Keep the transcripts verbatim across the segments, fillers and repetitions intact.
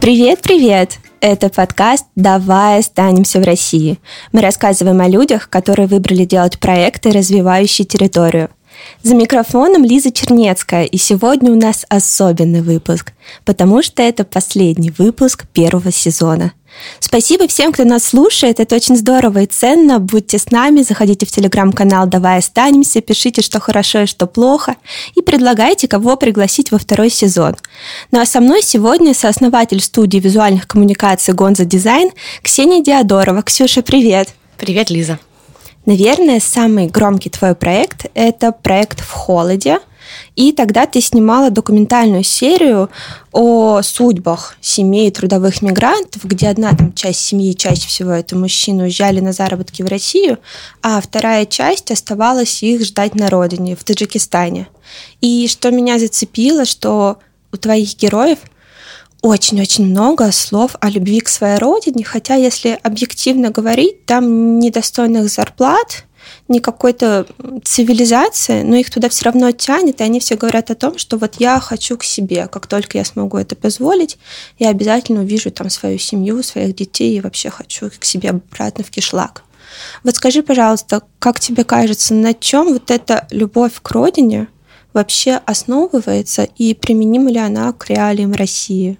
Привет-привет! Это подкаст «Давай останемся в России». Мы рассказываем о людях, которые выбрали делать проекты, развивающие территорию. За микрофоном Лиза Чернецкая, и сегодня у нас особенный выпуск, потому что это последний выпуск первого сезона. Спасибо всем, кто нас слушает, это очень здорово и ценно. Будьте с нами, заходите в телеграм-канал «Давай останемся», пишите, что хорошо и что плохо, и предлагайте, кого пригласить во второй сезон. Ну а со мной сегодня сооснователь студии визуальных коммуникаций «Гонза Дизайн» Ксения Диадорова. Ксюша, привет! Привет, Лиза! Наверное, самый громкий твой проект – это проект «В холоде». И тогда ты снимала документальную серию о судьбах семей трудовых мигрантов, где одна там часть семьи, чаще всего это мужчины, уезжали на заработки в Россию, а вторая часть оставалась их ждать на родине, в Таджикистане. И что меня зацепило, что у твоих героев очень-очень много слов о любви к своей родине, хотя, если объективно говорить, там ни достойных зарплат, ни какой-то цивилизации, но их туда все равно тянет, и они все говорят о том, что вот я хочу к себе, как только я смогу это позволить, я обязательно увижу там свою семью, своих детей, и вообще хочу к себе обратно в кишлак. Вот скажи, пожалуйста, как тебе кажется, на чем вот эта любовь к родине вообще основывается, и применима ли она к реалиям России?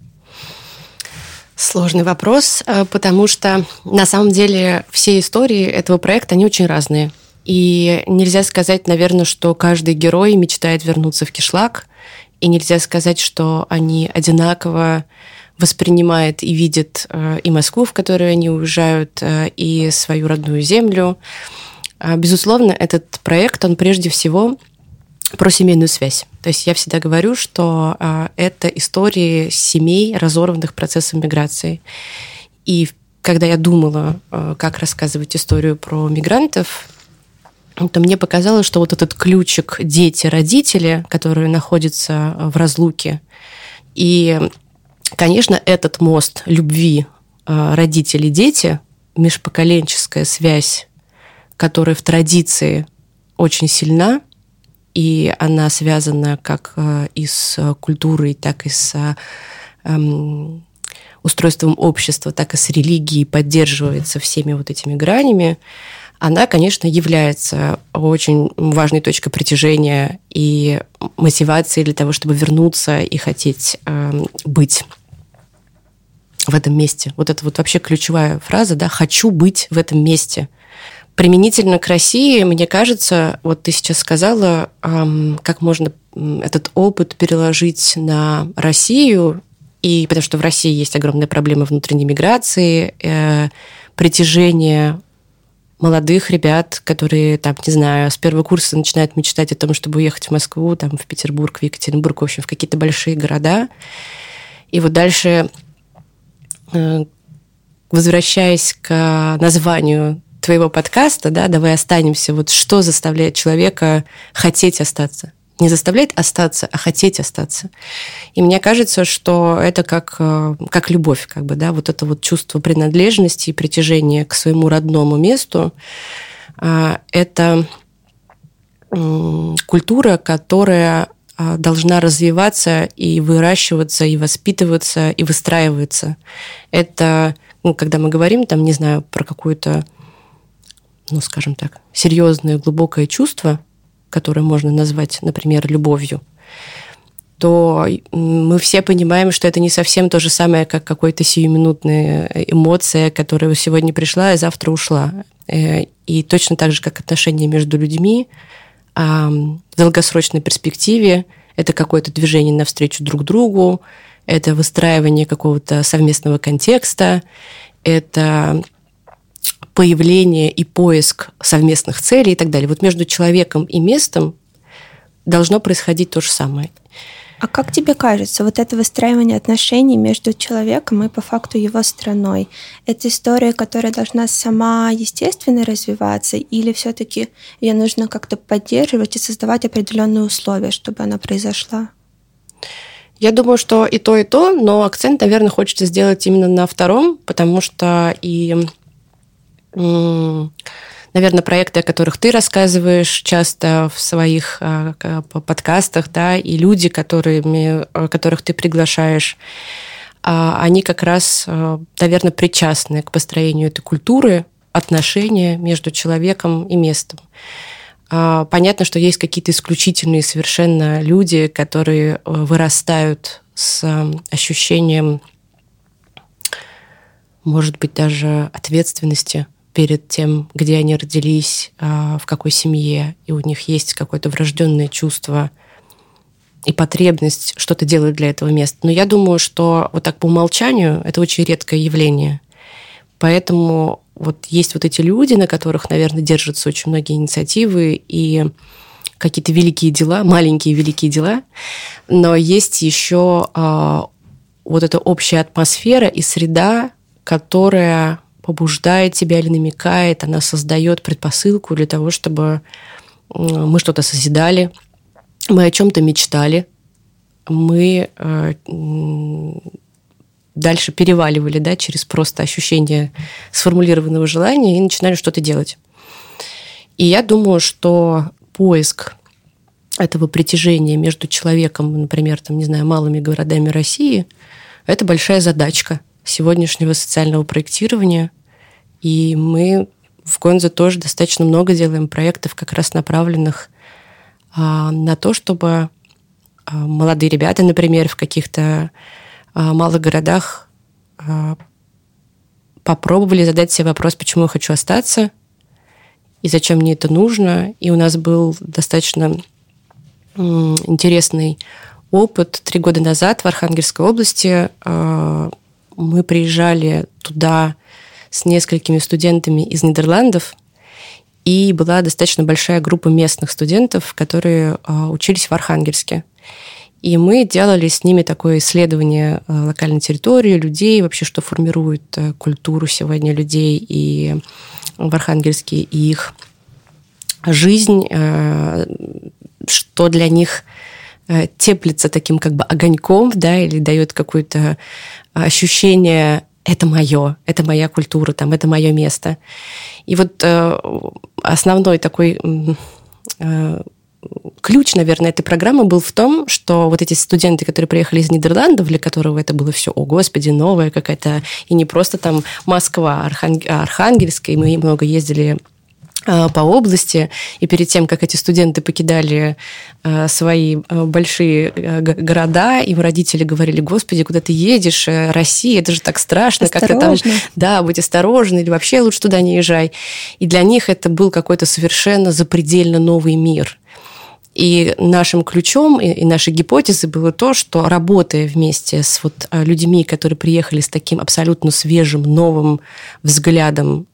Сложный вопрос, потому что на самом деле все истории этого проекта, они очень разные. И нельзя сказать, наверное, что каждый герой мечтает вернуться в кишлак, и нельзя сказать, что они одинаково воспринимают и видят и Москву, в которую они уезжают, и свою родную землю. Безусловно, этот проект, он прежде всего про семейную связь. То есть я всегда говорю, что а, это истории семей, разорванных процессом миграции. И когда я думала, а, как рассказывать историю про мигрантов, то мне показалось, что вот этот ключик дети-родители, которые находятся в разлуке, и, конечно, этот мост любви а, родители-дети, межпоколенческая связь, которая в традиции очень сильна, и она связана как и с культурой, так и с эм, устройством общества, так и с религией, поддерживается всеми вот этими гранями, она, конечно, является очень важной точкой притяжения и мотивации для того, чтобы вернуться и хотеть эм, быть в этом месте. Вот это вот вообще ключевая фраза, да, «хочу быть в этом месте». Применительно к России, мне кажется, вот ты сейчас сказала, как можно этот опыт переложить на Россию, и потому что в России есть огромная проблема внутренней миграции, притяжение молодых ребят, которые, там, не знаю, с первого курса начинают мечтать о том, чтобы уехать в Москву, там, в Петербург, в Екатеринбург, в общем, в какие-то большие города. И вот дальше, возвращаясь к названию твоего подкаста, да, «Давай останемся», вот что заставляет человека хотеть остаться? Не заставляет остаться, а хотеть остаться. И мне кажется, что это как, как любовь, как бы, да, вот это вот чувство принадлежности и притяжения к своему родному месту, это культура, которая должна развиваться и выращиваться, и воспитываться, и выстраиваться. Это, ну, когда мы говорим, там, не знаю, про какую-то, ну, скажем так, серьезное, глубокое чувство, которое можно назвать, например, любовью, то мы все понимаем, что это не совсем то же самое, как какая-то сиюминутная эмоция, которая сегодня пришла и завтра ушла. И точно так же, как отношения между людьми, в долгосрочной перспективе это какое-то движение навстречу друг другу, это выстраивание какого-то совместного контекста, это появление и поиск совместных целей и так далее. Вот между человеком и местом должно происходить то же самое. А как тебе кажется, вот это выстраивание отношений между человеком и по факту его страной, это история, которая должна сама естественно развиваться, или все-таки ее нужно как-то поддерживать и создавать определенные условия, чтобы она произошла? Я думаю, что и то, и то, но акцент, наверное, хочется сделать именно на втором, потому что и наверное, проекты, о которых ты рассказываешь часто в своих подкастах, да, и люди, которыми, которых ты приглашаешь, они как раз, наверное, причастны к построению этой культуры, отношения между человеком и местом. Понятно, что есть какие-то исключительные совершенно люди, которые вырастают с ощущением, может быть, даже ответственности перед тем, где они родились, в какой семье, и у них есть какое-то врожденное чувство и потребность что-то делать для этого места. Но я думаю, что вот так по умолчанию это очень редкое явление. Поэтому вот есть вот эти люди, на которых, наверное, держатся очень многие инициативы и какие-то великие дела, маленькие великие дела, но есть еще а, вот эта общая атмосфера и среда, которая побуждает тебя или намекает, она создает предпосылку для того, чтобы мы что-то созидали, мы о чем-то мечтали, мы э, дальше переваливали, да, через просто ощущение сформулированного желания и начинали что-то делать. И я думаю, что поиск этого притяжения между человеком, например, там, не знаю, малыми городами России, это большая задачка сегодняшнего социального проектирования. И мы в Гонзо тоже достаточно много делаем проектов, как раз направленных а, на то, чтобы а, молодые ребята, например, в каких-то а, малых городах а, попробовали задать себе вопрос, почему я хочу остаться, и зачем мне это нужно. И у нас был достаточно м, интересный опыт. Три года назад в Архангельской области а, мы приезжали туда с несколькими студентами из Нидерландов, и была достаточно большая группа местных студентов, которые учились в Архангельске. И мы делали с ними такое исследование локальной территории, людей, вообще, что формирует культуру сегодня людей и в Архангельске, и их жизнь, что для них теплится таким как бы огоньком, да, или дает какое-то ощущение «это мое, это моя культура, там, это мое место». И вот э, основной такой э, ключ, наверное, этой программы был в том, что вот эти студенты, которые приехали из Нидерландов, для которых это было все, о господи, новая какая-то, и не просто там Москва, Арханг... Архангельск, и мы много ездили по области, и перед тем, как эти студенты покидали свои большие города, им родители говорили: господи, куда ты едешь, Россия, это же так страшно, как ты там... Да, будь осторожна, или вообще лучше туда не езжай. И для них это был какой-то совершенно запредельно новый мир. И нашим ключом, и нашей гипотезой было то, что, работая вместе с вот людьми, которые приехали с таким абсолютно свежим, новым взглядом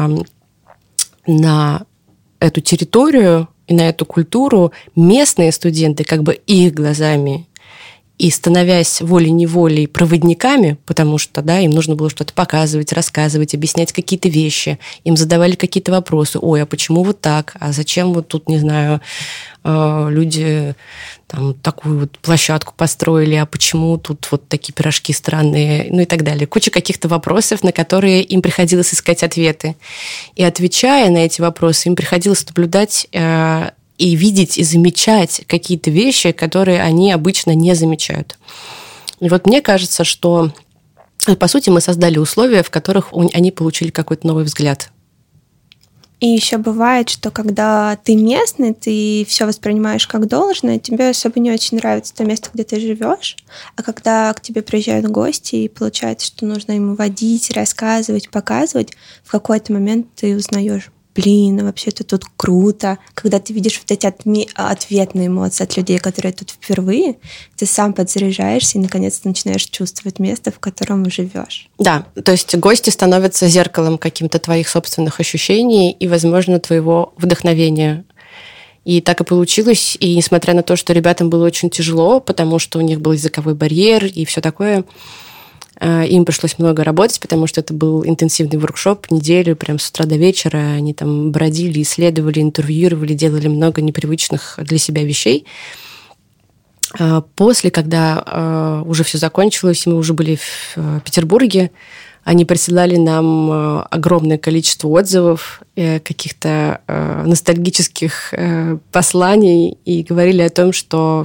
на эту территорию и на эту культуру, местные студенты как бы их глазами, и становясь волей-неволей проводниками, потому что, да, им нужно было что-то показывать, рассказывать, объяснять какие-то вещи, им задавали какие-то вопросы: ой, а почему вот так, а зачем вот тут, не знаю, люди там такую вот площадку построили, а почему тут вот такие пирожки странные, ну и так далее. Куча каких-то вопросов, на которые им приходилось искать ответы. И отвечая на эти вопросы, им приходилось наблюдать и видеть, и замечать какие-то вещи, которые они обычно не замечают. И вот мне кажется, что, по сути, мы создали условия, в которых они получили какой-то новый взгляд. И еще бывает, что когда ты местный, ты все воспринимаешь как должное, тебе особо не очень нравится то место, где ты живешь, а когда к тебе приезжают гости, и получается, что нужно им водить, рассказывать, показывать, в какой-то момент ты узнаешь: блин, а вообще-то тут круто. Когда ты видишь вот эти отме- ответные эмоции от людей, которые тут впервые, ты сам подзаряжаешься и наконец-то начинаешь чувствовать место, в котором живешь. Да, то есть гости становятся зеркалом каким-то твоих собственных ощущений и, возможно, твоего вдохновения. И так и получилось. И несмотря на то, что ребятам было очень тяжело, потому что у них был языковой барьер и все такое, им пришлось много работать, потому что это был интенсивный воркшоп, неделю, прям с утра до вечера. Они там бродили, исследовали, интервьюировали, делали много непривычных для себя вещей. После, когда уже все закончилось, и мы уже были в Петербурге, они присылали нам огромное количество отзывов, каких-то ностальгических посланий и говорили о том, что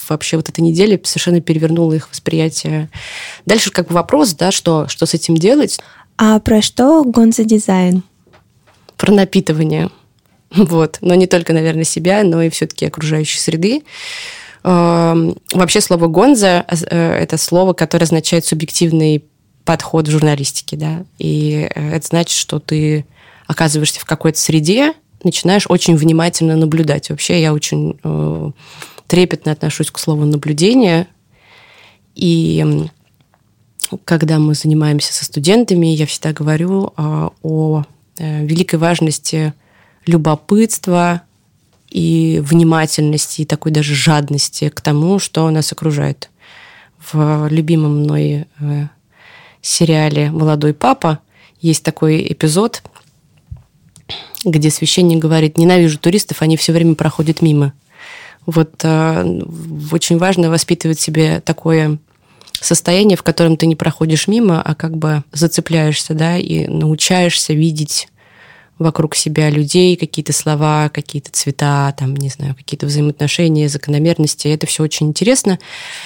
вообще вот эта неделя совершенно перевернула их восприятие. Дальше как бы вопрос, да, что, что с этим делать. А про что Гонза дизайн? Про напитывание. Вот. Но не только, наверное, себя, но и все-таки окружающей среды. Вообще слово «гонза» – это слово, которое означает субъективный подход в журналистике. Да? И это значит, что ты оказываешься в какой-то среде, начинаешь очень внимательно наблюдать. Вообще я очень трепетно отношусь к слову «наблюдение». И когда мы занимаемся со студентами, я всегда говорю о великой важности любопытства и внимательности, и такой даже жадности к тому, что нас окружает. В любимом мной сериале «Молодой папа» есть такой эпизод, где священник говорит: «Ненавижу туристов, они все время проходят мимо». Вот очень важно воспитывать в себе такое состояние, в котором ты не проходишь мимо, а как бы зацепляешься, да, и научаешься видеть вокруг себя людей, какие-то слова, какие-то цвета, там, не знаю, какие-то взаимоотношения, закономерности. Это все очень интересно.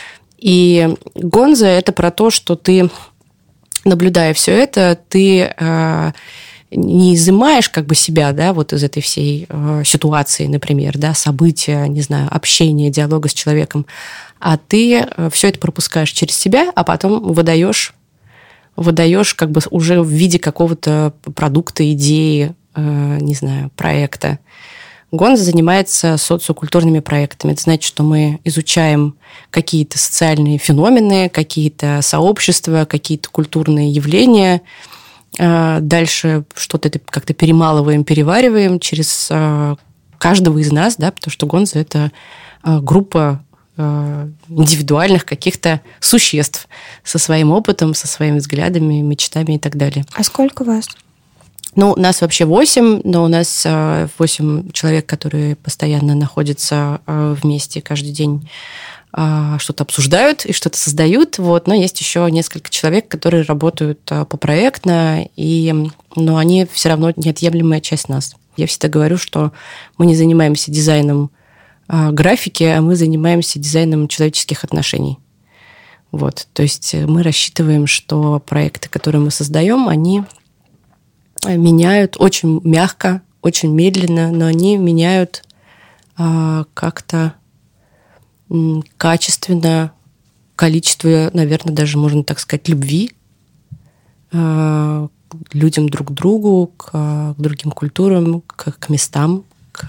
И Гонза – это про то, что ты, наблюдая все это, ты э, не изымаешь как бы себя, да, вот из этой всей э, ситуации, например, да, события, не знаю, общения, диалога с человеком, а ты все это пропускаешь через себя, а потом выдаешь, выдаешь как бы уже в виде какого-то продукта, идеи, э, не знаю, проекта. Гонза занимается социокультурными проектами. Это значит, что мы изучаем какие-то социальные феномены, какие-то сообщества, какие-то культурные явления. Э, дальше что-то это как-то перемалываем, перевариваем через э, каждого из нас, да, потому что Гонза – это э, группа индивидуальных каких-то существ со своим опытом, со своими взглядами, мечтами и так далее. А сколько вас? Ну, нас вообще восемь, но у нас восемь человек, которые постоянно находятся вместе каждый день, что-то обсуждают и что-то создают. Вот. Но есть еще несколько человек, которые работают попроектно, и, но они все равно неотъемлемая часть нас. Я всегда говорю, что мы не занимаемся дизайном графики, а мы занимаемся дизайном человеческих отношений. Вот. То есть мы рассчитываем, что проекты, которые мы создаем, они меняют очень мягко, очень медленно, но они меняют а, как-то м, качественно количество, наверное, даже можно так сказать, любви а, к людям друг к другу, к, к другим культурам, к, к местам, к,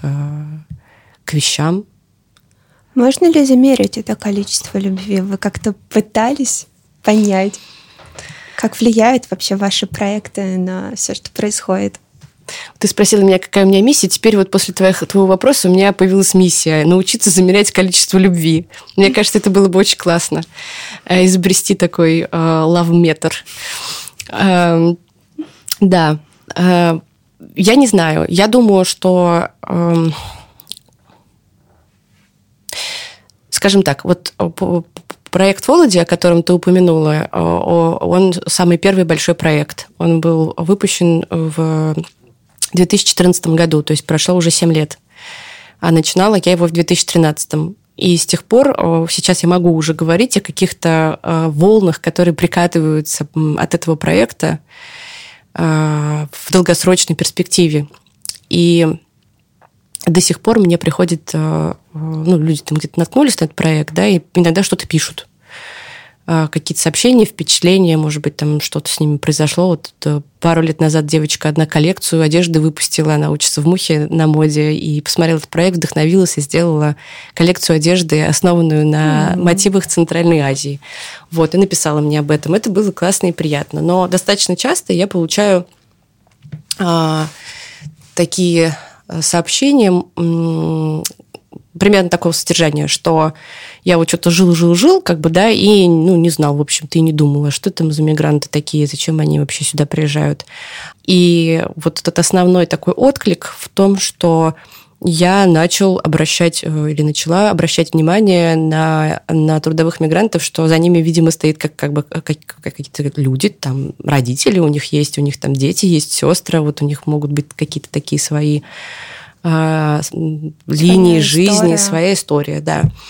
к вещам. Можно ли замерить это количество любви? Вы как-то пытались понять, как влияют вообще ваши проекты на все, что происходит? Ты спросила меня, какая у меня миссия. Теперь вот после твоих, твоего вопроса у меня появилась миссия – научиться замерять количество любви. Мне кажется, это было бы очень классно. Изобрести такой лав-метр. Uh, uh, да. Uh, я не знаю. Я думаю, что... Uh, Скажем так, вот проект «Володи», о котором ты упомянула, он самый первый большой проект. Он был выпущен в две тысячи четырнадцатом году, то есть прошло уже семь лет. А начинала я его в две тысячи тринадцатом. И с тех пор сейчас я могу уже говорить о каких-то волнах, которые прикатываются от этого проекта в долгосрочной перспективе. И до сих пор мне приходит, ну, люди там где-то наткнулись на этот проект, да, и иногда что-то пишут. Какие-то сообщения, впечатления, может быть, там что-то с ними произошло. Вот пару лет назад девочка одна коллекцию одежды выпустила, она учится в МУХе на моде, и посмотрела этот проект, вдохновилась и сделала коллекцию одежды, основанную на mm-hmm. мотивах Центральной Азии. Вот, и написала мне об этом. Это было классно и приятно. Но достаточно часто я получаю а, такие... сообщение примерно такого содержания, что я вот что-то жил-жил-жил, как бы, да, и, ну, не знал, в общем-то, и не думала, что там за мигранты такие, зачем они вообще сюда приезжают. И вот этот основной такой отклик в том, что я начал обращать или начала обращать внимание на, на трудовых мигрантов, что за ними, видимо, стоит как, как бы как, какие-то люди, там родители у них есть, у них там дети есть, сестры, вот у них могут быть какие-то такие свои а, линии своя жизни, история. своя история, да.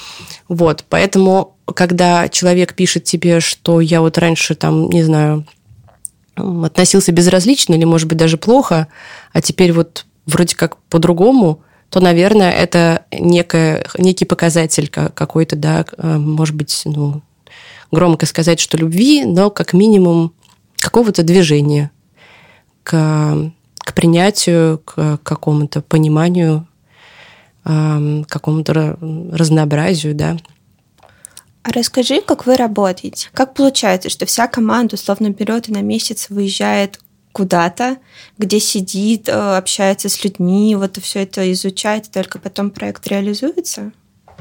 Вот, поэтому, когда человек пишет тебе, что я вот раньше там, не знаю, относился безразлично или, может быть, даже плохо, а теперь вот вроде как по-другому, то, наверное, это некое, некий показатель какой-то, да, может быть, ну, громко сказать, что любви, но как минимум какого-то движения к, к принятию, к какому-то пониманию, к какому-то разнообразию, да. А расскажи, как вы работаете? Как получается, что вся команда условно берет и на месяц выезжает куда-то, где сидит, общается с людьми, вот и все это изучает, и только потом проект реализуется?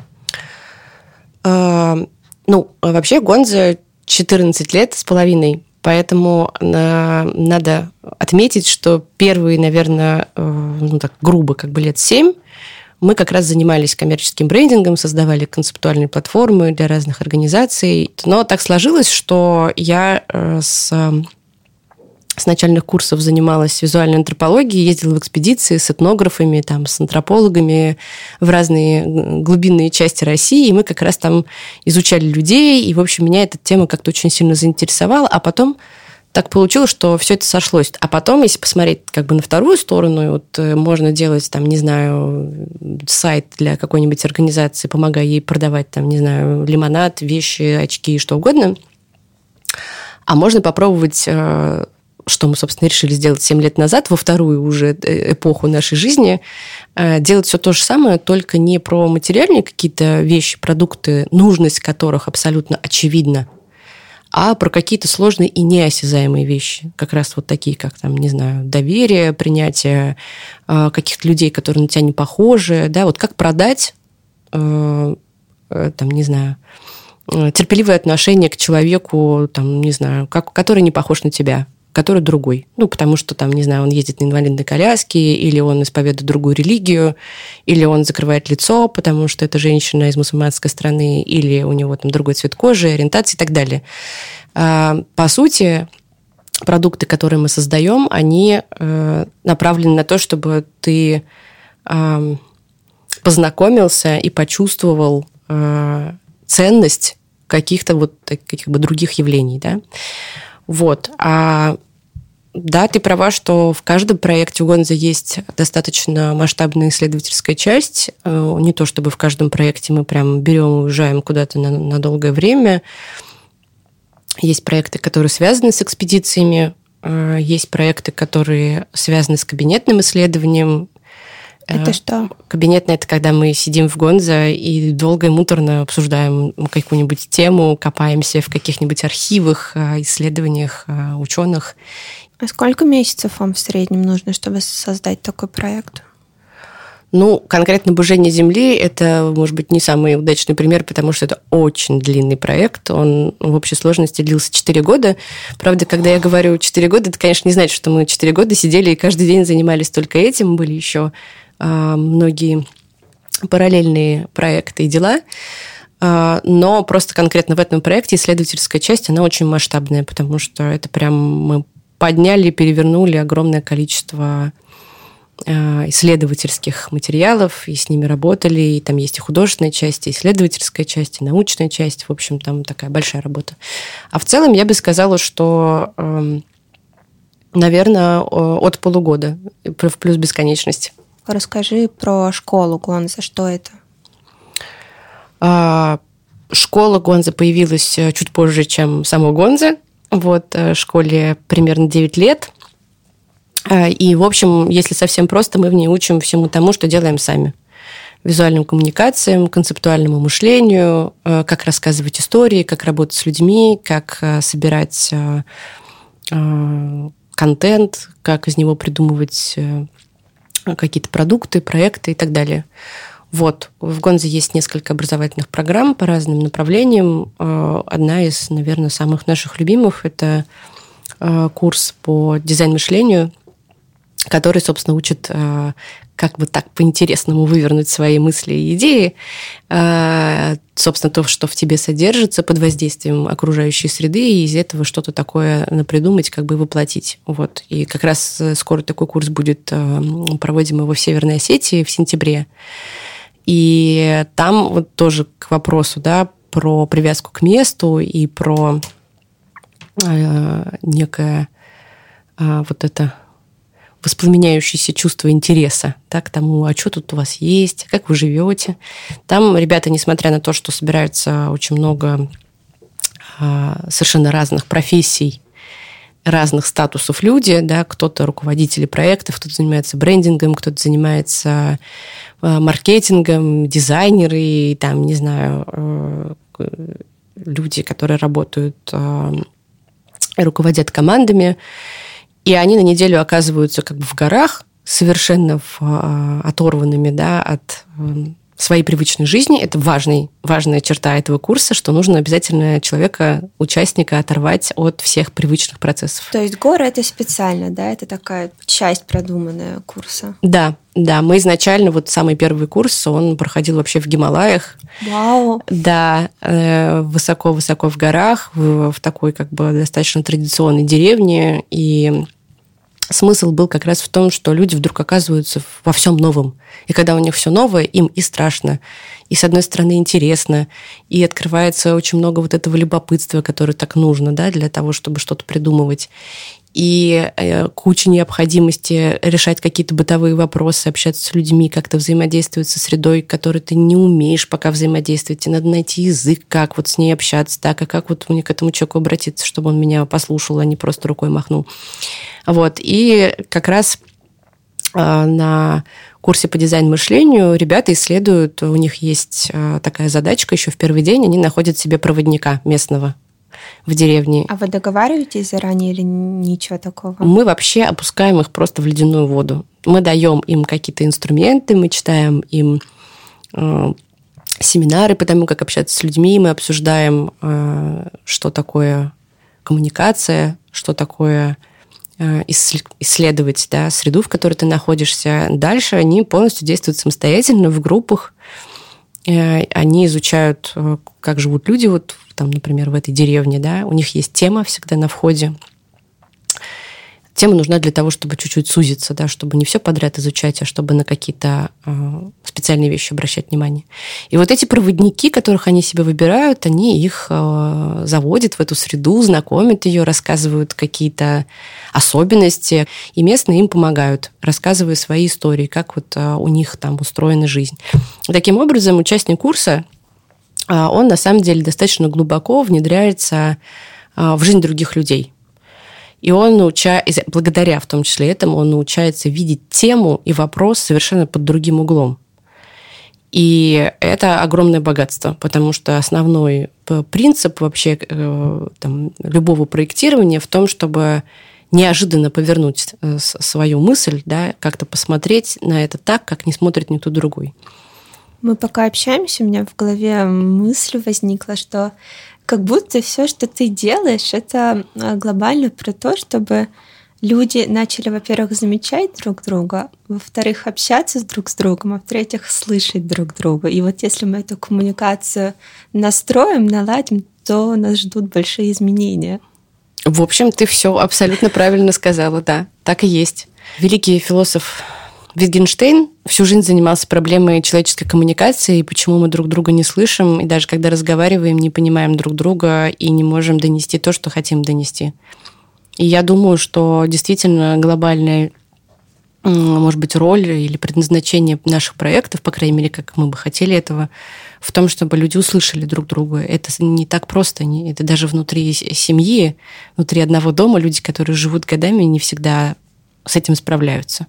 А, ну, вообще Гонза четырнадцать лет с половиной, поэтому надо отметить, что первые, наверное, ну так грубо, как бы лет семь, мы как раз занимались коммерческим брендингом, создавали концептуальные платформы для разных организаций. Но так сложилось, что я с, с начальных курсов занималась визуальной антропологией, ездила в экспедиции с этнографами, там, с антропологами в разные глубинные части России, и мы как раз там изучали людей, и, в общем, меня эта тема как-то очень сильно заинтересовала, а потом так получилось, что все это сошлось. А потом, если посмотреть как бы на вторую сторону, вот можно делать, там, не знаю, сайт для какой-нибудь организации, помогая ей продавать, там, не знаю, лимонад, вещи, очки, что угодно. А можно попробовать, что мы, собственно, решили сделать семь лет назад, во вторую уже эпоху нашей жизни, делать все то же самое, только не про материальные какие-то вещи, продукты, нужность которых абсолютно очевидна, а про какие-то сложные и неосязаемые вещи. Как раз вот такие, как, там, не знаю, доверие, принятие э, каких-то людей, которые на тебя не похожи. Да, вот как продать, э, э, там, не знаю, терпеливое отношение к человеку, там, не знаю, как, который не похож на тебя, который другой. Ну, потому что, там, не знаю, он ездит на инвалидной коляске, или он исповедует другую религию, или он закрывает лицо, потому что это женщина из мусульманской страны, или у него там другой цвет кожи, ориентация и так далее. По сути, продукты, которые мы создаем, они направлены на то, чтобы ты познакомился и почувствовал ценность каких-то вот таких бы других явлений, да. Вот. А да, ты права, что в каждом проекте у Гонза есть достаточно масштабная исследовательская часть. Не то чтобы в каждом проекте мы прям берем и уезжаем куда-то на, на долгое время. Есть проекты, которые связаны с экспедициями, есть проекты, которые связаны с кабинетным исследованием. Это что? Кабинетное – это когда мы сидим в Гонза и долго и муторно обсуждаем какую-нибудь тему, копаемся в каких-нибудь архивах, исследованиях ученых. А сколько месяцев вам в среднем нужно, чтобы создать такой проект? Ну, конкретно «Бужение Земли» – это, может быть, не самый удачный пример, потому что это очень длинный проект. Он в общей сложности длился четыре года. Правда, когда я говорю четыре года, это, конечно, не значит, что мы четыре года сидели и каждый день занимались только этим. Были еще многие параллельные проекты и дела, но просто конкретно в этом проекте исследовательская часть, она очень масштабная, потому что это прям мы подняли, перевернули огромное количество исследовательских материалов, и с ними работали, и там есть и художественная часть, и исследовательская часть, и научная часть, в общем, там такая большая работа. А в целом я бы сказала, что, наверное, от полугода, в плюс бесконечность. Расскажи про школу Гонза. Что это? Школа Гонза появилась чуть позже, чем само Гонза. Вот, школе примерно девять лет. И, в общем, если совсем просто, мы в ней учим всему тому, что делаем сами. Визуальным коммуникациям, концептуальному мышлению, как рассказывать истории, как работать с людьми, как собирать контент, как из него придумывать какие-то продукты, проекты и так далее. Вот. В Гонзе есть несколько образовательных программ по разным направлениям. Одна из, наверное, самых наших любимых – это курс по дизайн-мышлению, который, собственно, учит, как бы так по-интересному вывернуть свои мысли и идеи. Собственно, то, что в тебе содержится под воздействием окружающей среды, и из этого что-то такое напридумать, как бы воплотить. Вот. И как раз скоро такой курс будет, проводим его в Северной Осетии в сентябре. И там вот тоже к вопросу, да, про привязку к месту и про э, некое э, вот это воспламеняющееся чувство интереса, да, к тому, а что тут у вас есть, как вы живете. Там ребята, несмотря на то, что собираются очень много э, совершенно разных профессий, разных статусов люди, да, кто-то руководители проектов, кто-то занимается брендингом, кто-то занимается маркетингом, дизайнеры, там, не знаю, люди, которые работают, руководят командами, и они на неделю оказываются как бы в горах, совершенно в, оторванными, да, от своей привычной жизни. Это важный, важная черта этого курса, что нужно обязательно человека, участника оторвать от всех привычных процессов. То есть горы – это специально, да? Это такая часть продуманная курса? Да, да. Мы изначально, вот самый первый курс, он проходил вообще в Гималаях. Вау! Да, высоко-высоко в горах, в, в такой как бы достаточно традиционной деревне. И смысл был как раз в том, что люди вдруг оказываются во всем новом. И когда у них все новое, им и страшно, и, с одной стороны, интересно, и открывается очень много вот этого любопытства, которое так нужно, да, для того, чтобы что-то придумывать. И куча необходимости решать какие-то бытовые вопросы, общаться с людьми, как-то взаимодействовать со средой, которой ты не умеешь пока взаимодействовать. Тебе надо найти язык, как вот с ней общаться, так, а как вот мне к этому человеку обратиться, чтобы он меня послушал, а не просто рукой махнул. Вот. И как раз на курсе по дизайн-мышлению ребята исследуют, у них есть такая задачка, еще в первый день они находят себе проводника местного в деревне. А вы договариваетесь заранее или ничего такого? Мы вообще опускаем их просто в ледяную воду. Мы даем им какие-то инструменты, мы читаем им э, семинары по тому, как общаться с людьми, мы обсуждаем, э, что такое коммуникация, что такое э, исследовать, да, среду, в которой ты находишься. Дальше они полностью действуют самостоятельно в группах. Э, они изучают, э, как живут люди, вот там, например, в этой деревне, да, у них есть тема всегда на входе. Тема нужна для того, чтобы чуть-чуть сузиться, да, чтобы не все подряд изучать, а чтобы на какие-то э, специальные вещи обращать внимание. И вот эти проводники, которых они себе выбирают, они их э, заводят в эту среду, знакомят ее, рассказывают какие-то особенности, и местные им помогают, рассказывая свои истории, как вот э, у них там устроена жизнь. И таким образом, участник курса, э, он на самом деле достаточно глубоко внедряется э, в жизнь других людей. И он научается, благодаря в том числе этому, он научается видеть тему и вопрос совершенно под другим углом. И это огромное богатство, потому что основной принцип вообще там, любого проектирования в том, чтобы неожиданно повернуть свою мысль, да, как-то посмотреть на это так, как не смотрит никто другой. Мы пока общаемся, у меня в голове мысль возникла, что как будто все, что ты делаешь, это глобально про то, чтобы люди начали, во-первых, замечать друг друга, во-вторых, общаться с друг с другом, а в-третьих, слышать друг друга. И вот если мы эту коммуникацию настроим, наладим, то нас ждут большие изменения. В общем, ты все абсолютно правильно сказала, да, так и есть. Великий философ Витгенштейн всю жизнь занимался проблемой человеческой коммуникации и почему мы друг друга не слышим, и даже когда разговариваем, не понимаем друг друга и не можем донести то, что хотим донести. И я думаю, что действительно глобальная, может быть, роль или предназначение наших проектов, по крайней мере, как мы бы хотели этого, в том, чтобы люди услышали друг друга. Это не так просто. Это даже внутри семьи, внутри одного дома люди, которые живут годами, не всегда с этим справляются.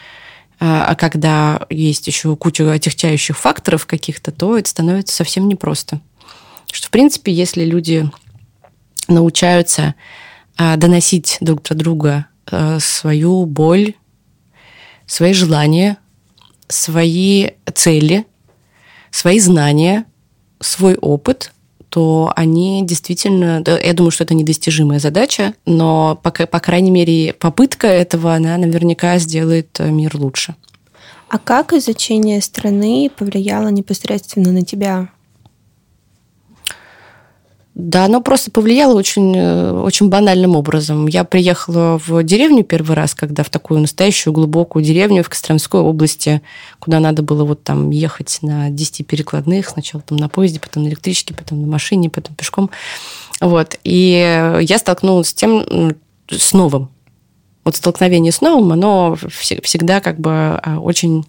А когда есть еще куча отягчающих факторов каких-то, то это становится совсем непросто. Что, в принципе, если люди научаются доносить друг до друга свою боль, свои желания, свои цели, свои знания, свой опыт, то они действительно... Я думаю, что это недостижимая задача, но, по, по крайней мере, попытка этого, она наверняка сделает мир лучше. А как изучение страны повлияло непосредственно на тебя? Да, оно просто повлияло очень, очень банальным образом. Я приехала в деревню первый раз, когда в такую настоящую глубокую деревню в Костромской области, куда надо было вот там ехать на десяти перекладных, сначала там на поезде, потом на электричке, потом на машине, потом пешком. Вот. И я столкнулась с тем, с новым. Вот столкновение с новым, оно всегда как бы очень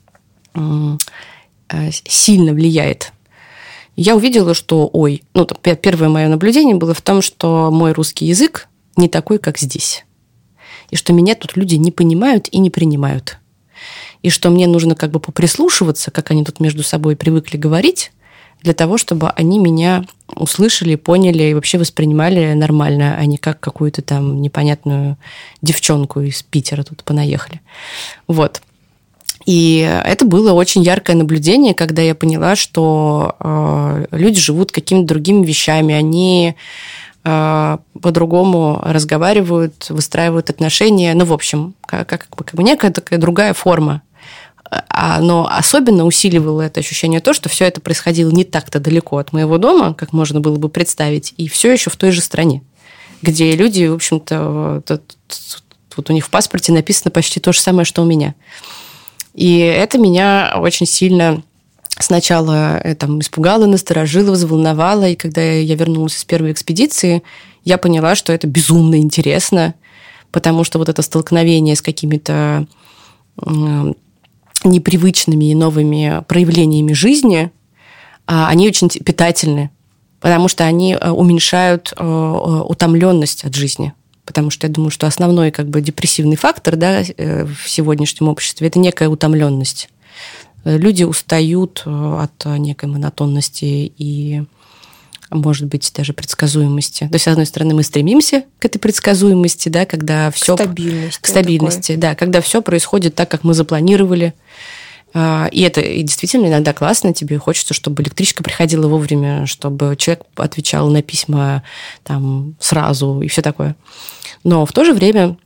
сильно влияет. Я увидела, что, ой, ну, первое мое наблюдение было в том, что мой русский язык не такой, как здесь. И что меня тут люди не понимают и не принимают. И что мне нужно как бы поприслушиваться, как они тут между собой привыкли говорить, для того, чтобы они меня услышали, поняли и вообще воспринимали нормально, а не как какую-то там непонятную девчонку из Питера тут понаехали. Вот. И это было очень яркое наблюдение, когда я поняла, что э, люди живут какими-то другими вещами, они э, по-другому разговаривают, выстраивают отношения. Ну, в общем, как, как, как бы некая такая другая форма. Но особенно усиливало это ощущение то, что все это происходило не так-то далеко от моего дома, как можно было бы представить, и все еще в той же стране, где люди, в общем-то, вот у них в паспорте написано почти то же самое, что у меня. И это меня очень сильно сначала там, испугало, насторожило, взволновало. И когда я вернулась из первой экспедиции, я поняла, что это безумно интересно, потому что вот это столкновение с какими-то непривычными и новыми проявлениями жизни, они очень питательны, потому что они уменьшают утомленность от жизни. Потому что я думаю, что основной как бы депрессивный фактор, да, в сегодняшнем обществе – это некая утомленность. Люди устают от некой монотонности и, может быть, даже предсказуемости. То есть, с одной стороны, мы стремимся к этой предсказуемости, да, когда все… К стабильности. К стабильности, такой. Да, когда все происходит так, как мы запланировали. И это и действительно иногда классно, тебе хочется, чтобы электричка приходила вовремя, чтобы человек отвечал на письма там, сразу и все такое. Но в то же время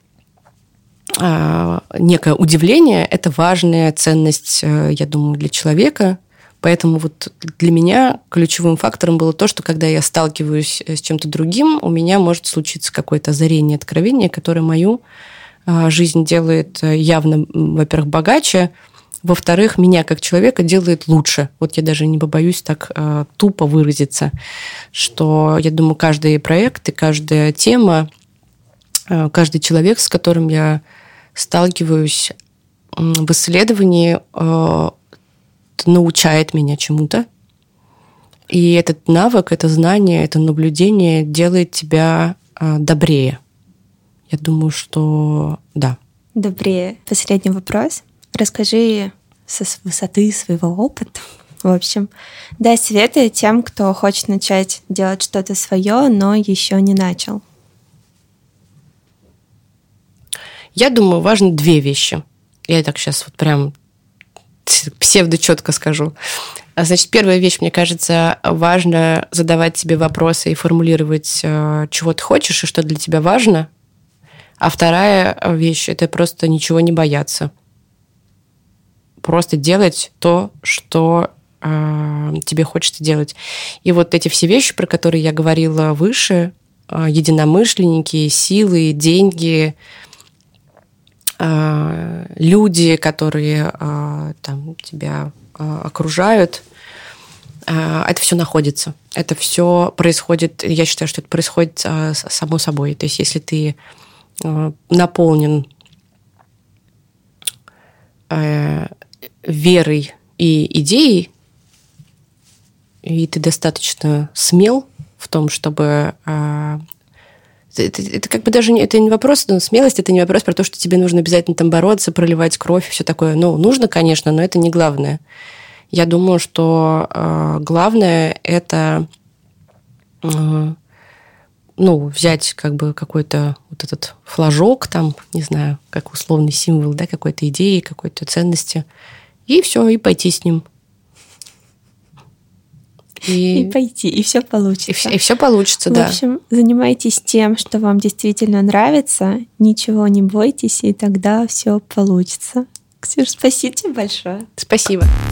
некое удивление – это важная ценность, я думаю, для человека. Поэтому вот для меня ключевым фактором было то, что когда я сталкиваюсь с чем-то другим, у меня может случиться какое-то озарение, откровение, которое мою жизнь делает явно, во-первых, богаче, во-вторых, меня как человека делает лучше. Вот я даже не побоюсь так э, тупо выразиться, что я думаю, каждый проект и каждая тема, э, каждый человек, с которым я сталкиваюсь э, в исследовании, э, научает меня чему-то. И этот навык, это знание, это наблюдение делает тебя э, добрее. Я думаю, что да. Добрее. Последний вопрос. Расскажи со высоты своего опыта, в общем, дай советы тем, кто хочет начать делать что-то свое, но еще не начал. Я думаю, важно две вещи. Я так сейчас вот прям псевдочетко скажу. Значит, первая вещь, мне кажется, важно задавать себе вопросы и формулировать, чего ты хочешь и что для тебя важно. А вторая вещь – это просто ничего не бояться. Просто делать то, что э, тебе хочется делать. И вот эти все вещи, про которые я говорила выше, э, единомышленники, силы, деньги, э, люди, которые э, там, тебя э, окружают, э, это все находится. Это все происходит, я считаю, что это происходит э, само собой. То есть если ты э, наполнен э, верой и идеей, и ты достаточно смел в том, чтобы... Это, это как бы даже не, это не вопрос, ну, смелость, это не вопрос про то, что тебе нужно обязательно там бороться, проливать кровь и все такое. Ну, нужно, конечно, но это не главное. Я думаю, что э, главное – это э, ну, взять как бы какой-то вот этот флажок, там, не знаю, как условный символ, да, какой-то идеи, какой-то ценности, и все, и пойти с ним. И, и пойти, и все получится. И все, и все получится, в да. В общем, занимайтесь тем, что вам действительно нравится, ничего не бойтесь, и тогда все получится. Ксюш, спасибо тебе большое. Спасибо.